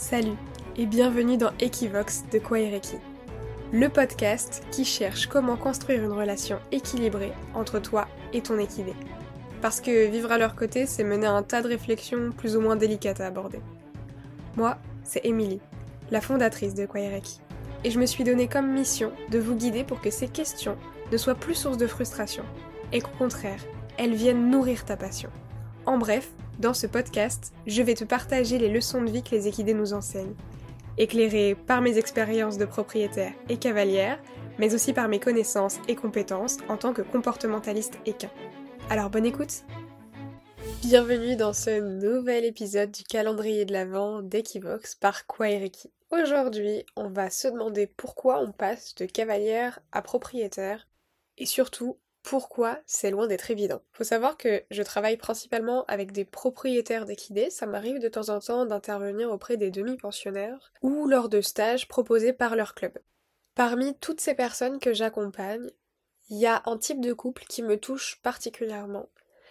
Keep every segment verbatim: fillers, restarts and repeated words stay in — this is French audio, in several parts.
Salut et bienvenue dans Equivox de Kwaereki, le podcast qui cherche comment construire une relation équilibrée entre toi et ton équidé. Parce que vivre à leur côté, c'est mener un tas de réflexions plus ou moins délicates à aborder. Moi, c'est Émilie, la fondatrice de Kwaereki, et je me suis donné comme mission de vous guider pour que ces questions ne soient plus source de frustration, et qu'au contraire, elles viennent nourrir ta passion. En bref, dans ce podcast, je vais te partager les leçons de vie que les équidés nous enseignent, éclairées par mes expériences de propriétaire et cavalière, mais aussi par mes connaissances et compétences en tant que comportementaliste équin. Alors bonne écoute! Bienvenue dans ce nouvel épisode du calendrier de l'Avent d'Equivox par Kwaereki. Aujourd'hui, on va se demander pourquoi on passe de cavalière à propriétaire, et surtout, pourquoi c'est loin d'être évident. Faut savoir que je travaille principalement avec des propriétaires d'équidés, ça m'arrive de temps en temps d'intervenir auprès des demi-pensionnaires ou lors de stages proposés par leur club. Parmi toutes ces personnes que j'accompagne, il y a un type de couple qui me touche particulièrement.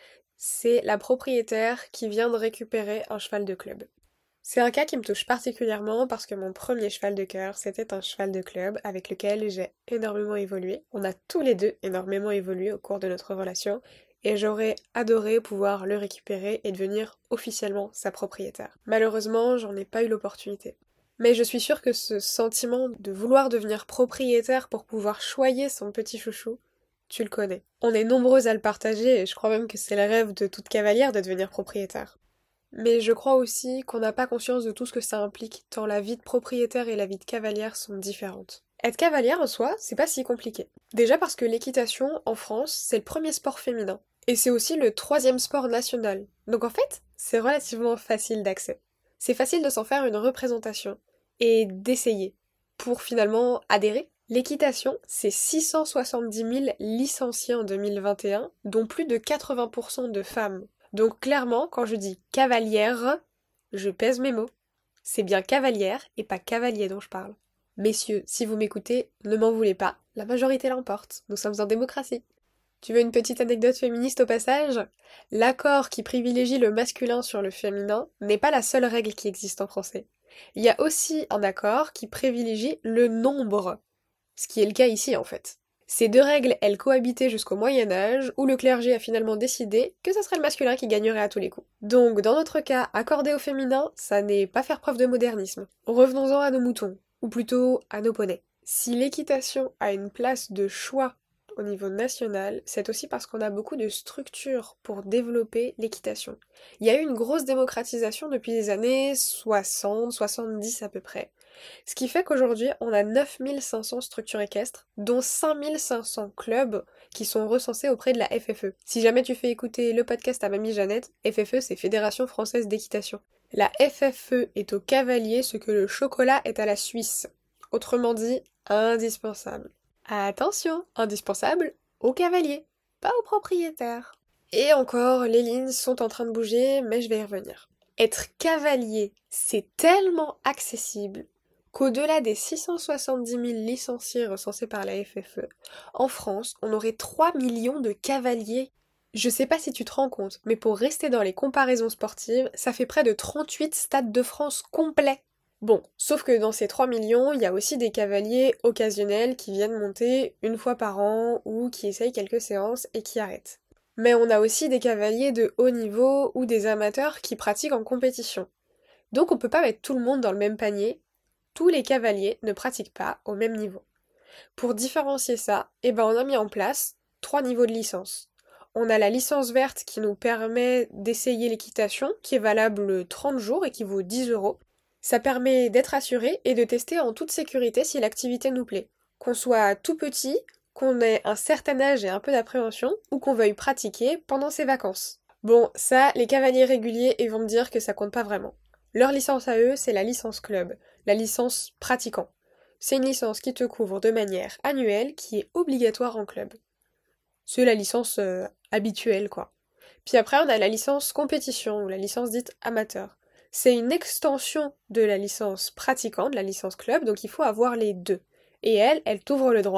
C'est la propriétaire qui vient de récupérer un cheval de club. C'est un cas qui me touche particulièrement parce que mon premier cheval de cœur, c'était un cheval de club avec lequel j'ai énormément évolué. On a tous les deux énormément évolué au cours de notre relation et j'aurais adoré pouvoir le récupérer et devenir officiellement sa propriétaire. Malheureusement, j'en ai pas eu l'opportunité. Mais je suis sûre que ce sentiment de vouloir devenir propriétaire pour pouvoir choyer son petit chouchou, tu le connais. On est nombreuses à le partager et je crois même que c'est le rêve de toute cavalière de devenir propriétaire. Mais je crois aussi qu'on n'a pas conscience de tout ce que ça implique, tant la vie de propriétaire et la vie de cavalière sont différentes. Être cavalière en soi, c'est pas si compliqué. Déjà parce que l'équitation, en France, c'est le premier sport féminin. Et c'est aussi le troisième sport national. Donc en fait, c'est relativement facile d'accès. C'est facile de s'en faire une représentation. Et d'essayer. Pour finalement adhérer. L'équitation, c'est six cent soixante-dix mille licenciés en deux mille vingt et un, dont plus de quatre-vingts pour cent de femmes. Donc clairement, quand je dis cavalière, je pèse mes mots. C'est bien cavalière et pas cavalier dont je parle. Messieurs, si vous m'écoutez, ne m'en voulez pas, la majorité l'emporte, nous sommes en démocratie. Tu veux une petite anecdote féministe au passage ? L'accord qui privilégie le masculin sur le féminin n'est pas la seule règle qui existe en français. Il y a aussi un accord qui privilégie le nombre, ce qui est le cas ici en fait. Ces deux règles, elles cohabitaient jusqu'au Moyen-Âge, où le clergé a finalement décidé que ce serait le masculin qui gagnerait à tous les coups. Donc, dans notre cas, accorder au féminin, ça n'est pas faire preuve de modernisme. Revenons-en à nos moutons, ou plutôt à nos poneys. Si l'équitation a une place de choix au niveau national, c'est aussi parce qu'on a beaucoup de structures pour développer l'équitation. Il y a eu une grosse démocratisation depuis les années soixante, soixante-dix à peu près. Ce qui fait qu'aujourd'hui, on a neuf mille cinq cents structures équestres, dont cinq mille cinq cents clubs qui sont recensés auprès de la F F E. Si jamais tu fais écouter le podcast à Mamie Jeannette, F F E c'est Fédération Française d'Équitation. La F F E est au cavalier ce que le chocolat est à la Suisse. Autrement dit, indispensable. Attention, indispensable au cavalier, pas au propriétaire. Et encore, les lignes sont en train de bouger, mais je vais y revenir. Être cavalier, c'est tellement accessible qu'au-delà des six cent soixante-dix mille licenciés recensés par la F F E, en France, on aurait trois millions de cavaliers. Je sais pas si tu te rends compte, mais pour rester dans les comparaisons sportives, ça fait près de trente-huit stades de France complets. Bon, sauf que dans ces trois millions, il y a aussi des cavaliers occasionnels qui viennent monter une fois par an ou qui essayent quelques séances et qui arrêtent. Mais on a aussi des cavaliers de haut niveau ou des amateurs qui pratiquent en compétition. Donc on peut pas mettre tout le monde dans le même panier. Tous les cavaliers ne pratiquent pas au même niveau. Pour différencier ça, eh ben on a mis en place trois niveaux de licence. On a la licence verte qui nous permet d'essayer l'équitation, qui est valable trente jours et qui vaut dix euros. Ça permet d'être assuré et de tester en toute sécurité si l'activité nous plaît. Qu'on soit tout petit, qu'on ait un certain âge et un peu d'appréhension, ou qu'on veuille pratiquer pendant ses vacances. Bon, ça, les cavaliers réguliers, ils vont me dire que ça compte pas vraiment. Leur licence à eux, c'est la licence club, la licence pratiquant. C'est une licence qui te couvre de manière annuelle, qui est obligatoire en club. C'est la licence euh, habituelle, quoi. Puis après, on a la licence compétition, ou la licence dite amateur. C'est une extension de la licence pratiquant, de la licence club, donc il faut avoir les deux. Et elle, elle t'ouvre le droit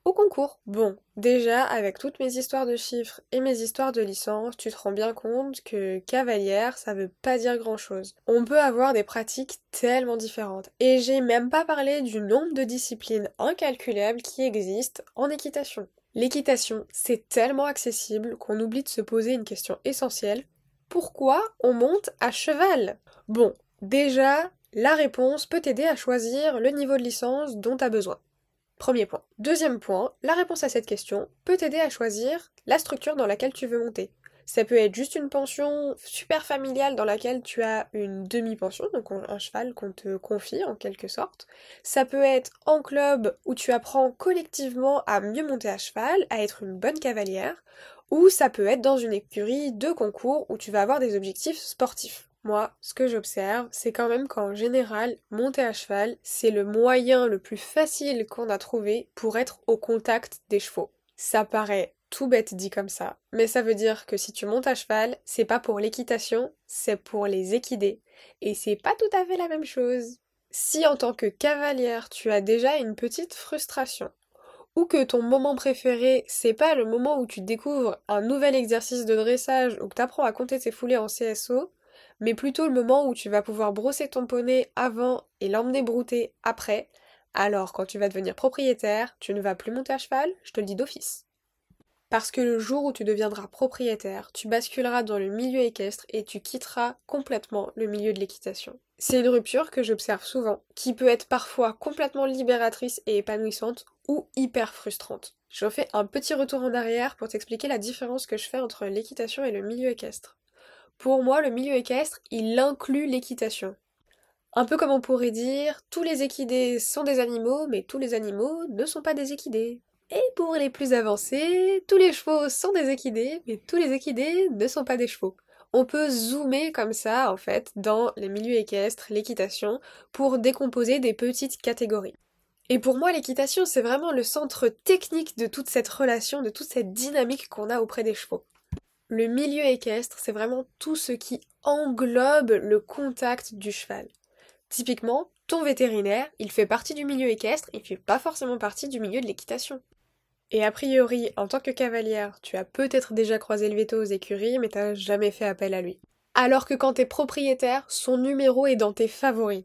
au concours. Bon, déjà, avec toutes mes histoires de chiffres et mes histoires de licence, tu te rends bien compte que cavalière, ça veut pas dire grand-chose. On peut avoir des pratiques tellement différentes. Et j'ai même pas parlé du nombre de disciplines incalculables qui existent en équitation. L'équitation, c'est tellement accessible qu'on oublie de se poser une question essentielle. Pourquoi on monte à cheval? Bon, déjà, la réponse peut t'aider à choisir le niveau de licence dont tu as besoin. Premier point. Deuxième point, la réponse à cette question peut t'aider à choisir la structure dans laquelle tu veux monter. Ça peut être juste une pension super familiale dans laquelle tu as une demi-pension, donc un cheval qu'on te confie en quelque sorte. Ça peut être en club où tu apprends collectivement à mieux monter à cheval, à être une bonne cavalière, ou ça peut être dans une écurie de concours où tu vas avoir des objectifs sportifs. Moi, ce que j'observe, c'est quand même qu'en général, monter à cheval, c'est le moyen le plus facile qu'on a trouvé pour être au contact des chevaux. Ça paraît tout bête dit comme ça, mais ça veut dire que si tu montes à cheval, c'est pas pour l'équitation, c'est pour les équider. Et c'est pas tout à fait la même chose. Si en tant que cavalière, tu as déjà une petite frustration, ou que ton moment préféré, c'est pas le moment où tu découvres un nouvel exercice de dressage ou que t'apprends à compter tes foulées en C S O, mais plutôt le moment où tu vas pouvoir brosser ton poney avant et l'emmener brouter après, alors quand tu vas devenir propriétaire, tu ne vas plus monter à cheval, je te le dis d'office. Parce que le jour où tu deviendras propriétaire, tu basculeras dans le milieu équestre et tu quitteras complètement le milieu de l'équitation. C'est une rupture que j'observe souvent, qui peut être parfois complètement libératrice et épanouissante, ou hyper frustrante. Je fais un petit retour en arrière pour t'expliquer la différence que je fais entre l'équitation et le milieu équestre. Pour moi, le milieu équestre, il inclut l'équitation. Un peu comme on pourrait dire, tous les équidés sont des animaux, mais tous les animaux ne sont pas des équidés. Et pour les plus avancés, tous les chevaux sont des équidés, mais tous les équidés ne sont pas des chevaux. On peut zoomer comme ça, en fait, dans les milieux équestres, l'équitation, pour décomposer des petites catégories. Et pour moi, l'équitation, c'est vraiment le centre technique de toute cette relation, de toute cette dynamique qu'on a auprès des chevaux. Le milieu équestre, c'est vraiment tout ce qui englobe le contact du cheval. Typiquement, ton vétérinaire, il fait partie du milieu équestre, il fait pas forcément partie du milieu de l'équitation. Et a priori, en tant que cavalière, tu as peut-être déjà croisé le veto aux écuries, mais t'as jamais fait appel à lui. Alors que quand t'es propriétaire, son numéro est dans tes favoris.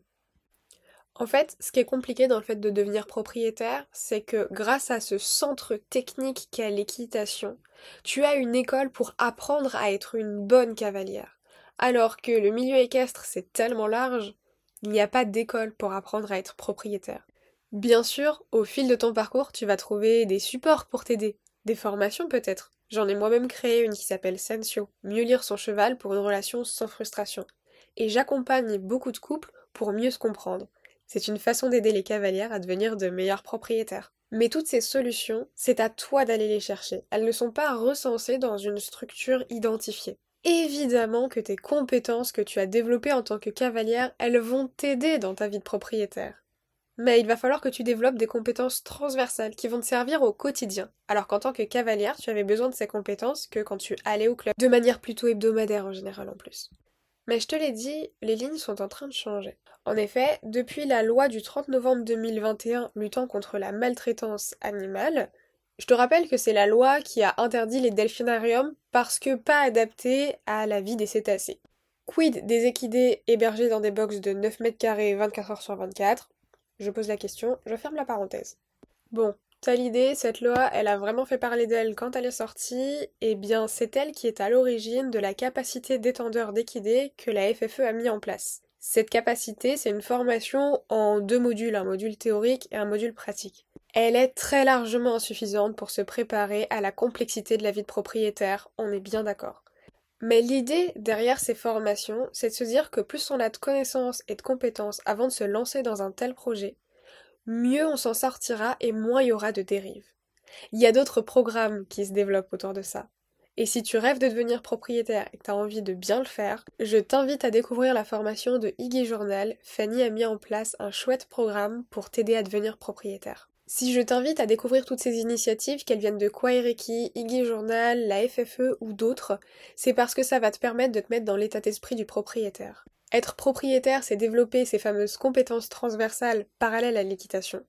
En fait, ce qui est compliqué dans le fait de devenir propriétaire, c'est que grâce à ce centre technique qu'est l'équitation, tu as une école pour apprendre à être une bonne cavalière. Alors que le milieu équestre, c'est tellement large, il n'y a pas d'école pour apprendre à être propriétaire. Bien sûr, au fil de ton parcours, tu vas trouver des supports pour t'aider, des formations peut-être. J'en ai moi-même créé une qui s'appelle Sensio, mieux lire son cheval pour une relation sans frustration. Et j'accompagne beaucoup de couples pour mieux se comprendre. C'est une façon d'aider les cavalières à devenir de meilleurs propriétaires. Mais toutes ces solutions, c'est à toi d'aller les chercher. Elles ne sont pas recensées dans une structure identifiée. Évidemment que tes compétences que tu as développées en tant que cavalière, elles vont t'aider dans ta vie de propriétaire. Mais il va falloir que tu développes des compétences transversales qui vont te servir au quotidien. Alors qu'en tant que cavalière, tu avais besoin de ces compétences que quand tu allais au club. De manière plutôt hebdomadaire en général en plus. Mais je te l'ai dit, les lignes sont en train de changer. En effet, depuis la loi du trente novembre deux mille vingt et un luttant contre la maltraitance animale, je te rappelle que c'est la loi qui a interdit les delphinariums parce que pas adaptés à la vie des cétacés. Quid des équidés hébergés dans des box de neuf mètres carrés vingt-quatre heures sur vingt-quatre? Je pose la question, je ferme la parenthèse. Bon, t'as l'idée, cette loi, elle a vraiment fait parler d'elle quand elle est sortie, et bien c'est elle qui est à l'origine de la capacité d'étendeur d'équidés que la F F E a mis en place. Cette capacité, c'est une formation en deux modules, un module théorique et un module pratique. Elle est très largement insuffisante pour se préparer à la complexité de la vie de propriétaire, on est bien d'accord. Mais l'idée derrière ces formations, c'est de se dire que plus on a de connaissances et de compétences avant de se lancer dans un tel projet, mieux on s'en sortira et moins il y aura de dérives. Il y a d'autres programmes qui se développent autour de ça. Et si tu rêves de devenir propriétaire et que tu as envie de bien le faire, je t'invite à découvrir la formation de Iggy Journal. Fanny a mis en place un chouette programme pour t'aider à devenir propriétaire. Si je t'invite à découvrir toutes ces initiatives, qu'elles viennent de Kwaereki, Iggy Journal, la F F E ou d'autres, c'est parce que ça va te permettre de te mettre dans l'état d'esprit du propriétaire. Être propriétaire, c'est développer ces fameuses compétences transversales parallèles à l'équitation.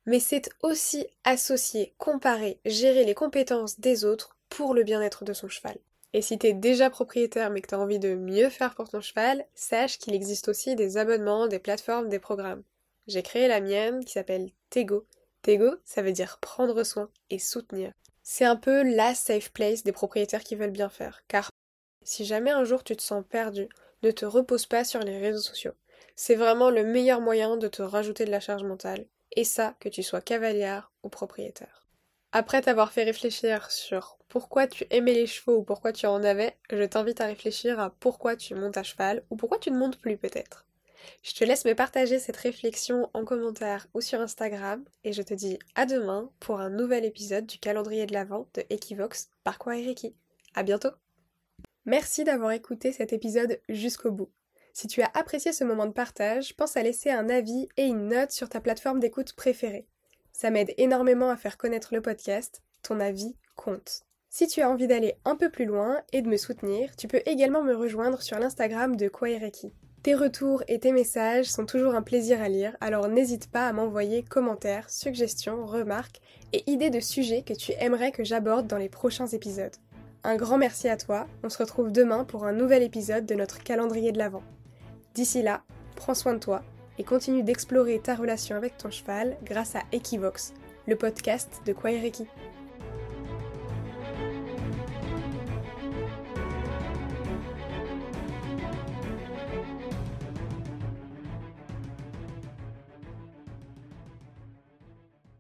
Mais c'est aussi associer, comparer, gérer les compétences des autres pour le bien-être de son cheval. Et si t'es déjà propriétaire mais que t'as envie de mieux faire pour ton cheval, sache qu'il existe aussi des abonnements, des plateformes, des programmes. J'ai créé la mienne qui s'appelle Tego. Tego, ça veut dire prendre soin et soutenir. C'est un peu la safe place des propriétaires qui veulent bien faire, car si jamais un jour tu te sens perdu, ne te repose pas sur les réseaux sociaux. C'est vraiment le meilleur moyen de te rajouter de la charge mentale, et ça, que tu sois cavalière ou propriétaire. Après t'avoir fait réfléchir sur pourquoi tu aimais les chevaux ou pourquoi tu en avais, je t'invite à réfléchir à pourquoi tu montes à cheval ou pourquoi tu ne montes plus peut-être. Je te laisse me partager cette réflexion en commentaire ou sur Instagram et je te dis à demain pour un nouvel épisode du calendrier de l'Avent de Equivox par Quaereki. À bientôt! Merci d'avoir écouté cet épisode jusqu'au bout. Si tu as apprécié ce moment de partage, pense à laisser un avis et une note sur ta plateforme d'écoute préférée. Ça m'aide énormément à faire connaître le podcast, ton avis compte. Si tu as envie d'aller un peu plus loin et de me soutenir, tu peux également me rejoindre sur l'Instagram de Quaereki. Tes retours et tes messages sont toujours un plaisir à lire, alors n'hésite pas à m'envoyer commentaires, suggestions, remarques et idées de sujets que tu aimerais que j'aborde dans les prochains épisodes. Un grand merci à toi, on se retrouve demain pour un nouvel épisode de notre calendrier de l'Avent. D'ici là, prends soin de toi et continue d'explorer ta relation avec ton cheval grâce à Equivox, le podcast de Quaereki.